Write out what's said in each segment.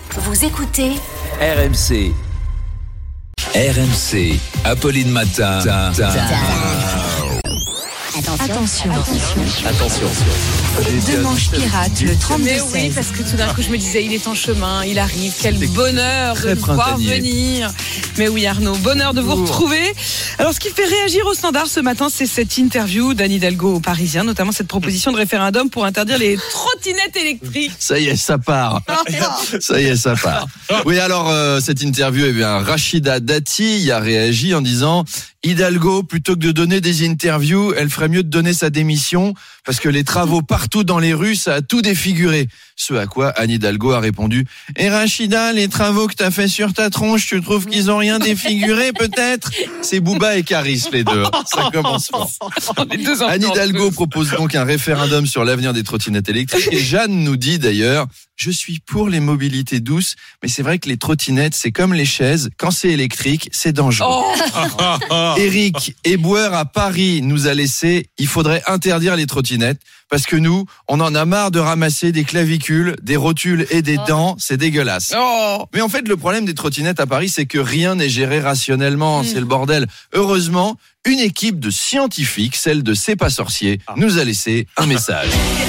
Vous écoutez RMC. RMC. Apolline Matin. Attention. Deux manches pirates, le 32-16. Mais oui, parce que tout d'un coup, je me disais, il est en chemin, il arrive. Quel bonheur de le voir venir. Mais oui, Arnaud, bonheur de vous retrouver. Alors, ce qui fait réagir au Standard ce matin, c'est cette interview d'Anne Hidalgo aux Parisiens, notamment cette proposition de référendum pour interdire les trottinettes électriques. Ça y est, ça part. Oui, alors, cette interview, Rachida Dati y a réagi en disant: Hidalgo, plutôt que de donner des interviews, elle ferait mieux de donner sa démission parce que les travaux partout dans les rues, ça a tout défiguré. Ce à quoi Anne Hidalgo a répondu: Rachida, les travaux que t'as fait sur ta tronche, tu trouves qu'ils ont rien défiguré peut-être? C'est Booba et Caris, les deux. Ça commence fort. Anne Hidalgo propose donc un référendum sur l'avenir des trottinettes électriques. Et Jeanne nous dit d'ailleurs: je suis pour les mobilités douces, mais c'est vrai que les trottinettes, c'est comme les chaises. Quand c'est électrique, c'est dangereux. Éric Éboueur à Paris nous a laissé: il faudrait interdire les trottinettes parce que nous, on en a marre de ramasser des clavicules, des rotules et des dents, c'est dégueulasse. Mais en fait, le problème des trottinettes à Paris, c'est que rien n'est géré rationnellement, c'est le bordel. Heureusement, une équipe de scientifiques, celle de C'est pas sorcier, nous a laissé un message.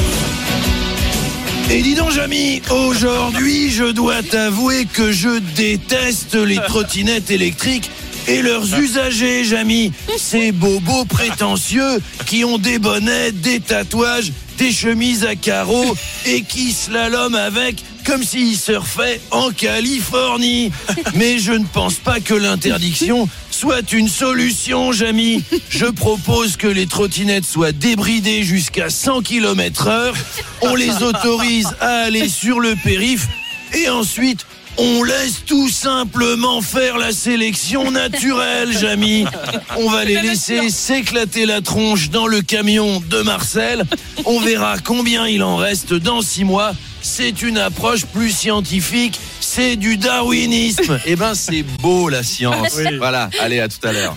Et dis donc, Jamy, aujourd'hui, je dois t'avouer que je déteste les trottinettes électriques et leurs usagers, Jamy. Ces bobos prétentieux qui ont des bonnets, des tatouages, des chemises à carreaux et qui slaloment avec comme s'ils surfaient en Californie. Mais je ne pense pas que l'interdiction soit une solution, Jamy. Je propose que les trottinettes soient débridées jusqu'à 100 km/h. On les autorise à aller sur le périph' et ensuite on laisse tout simplement faire la sélection naturelle, Jamy. On va les laisser s'éclater la tronche dans le camion de Marcel. On verra combien il en reste dans 6 mois. C'est une approche plus scientifique. C'est du darwinisme. Eh ben, c'est beau, la science. Oui. Voilà, allez, à tout à l'heure.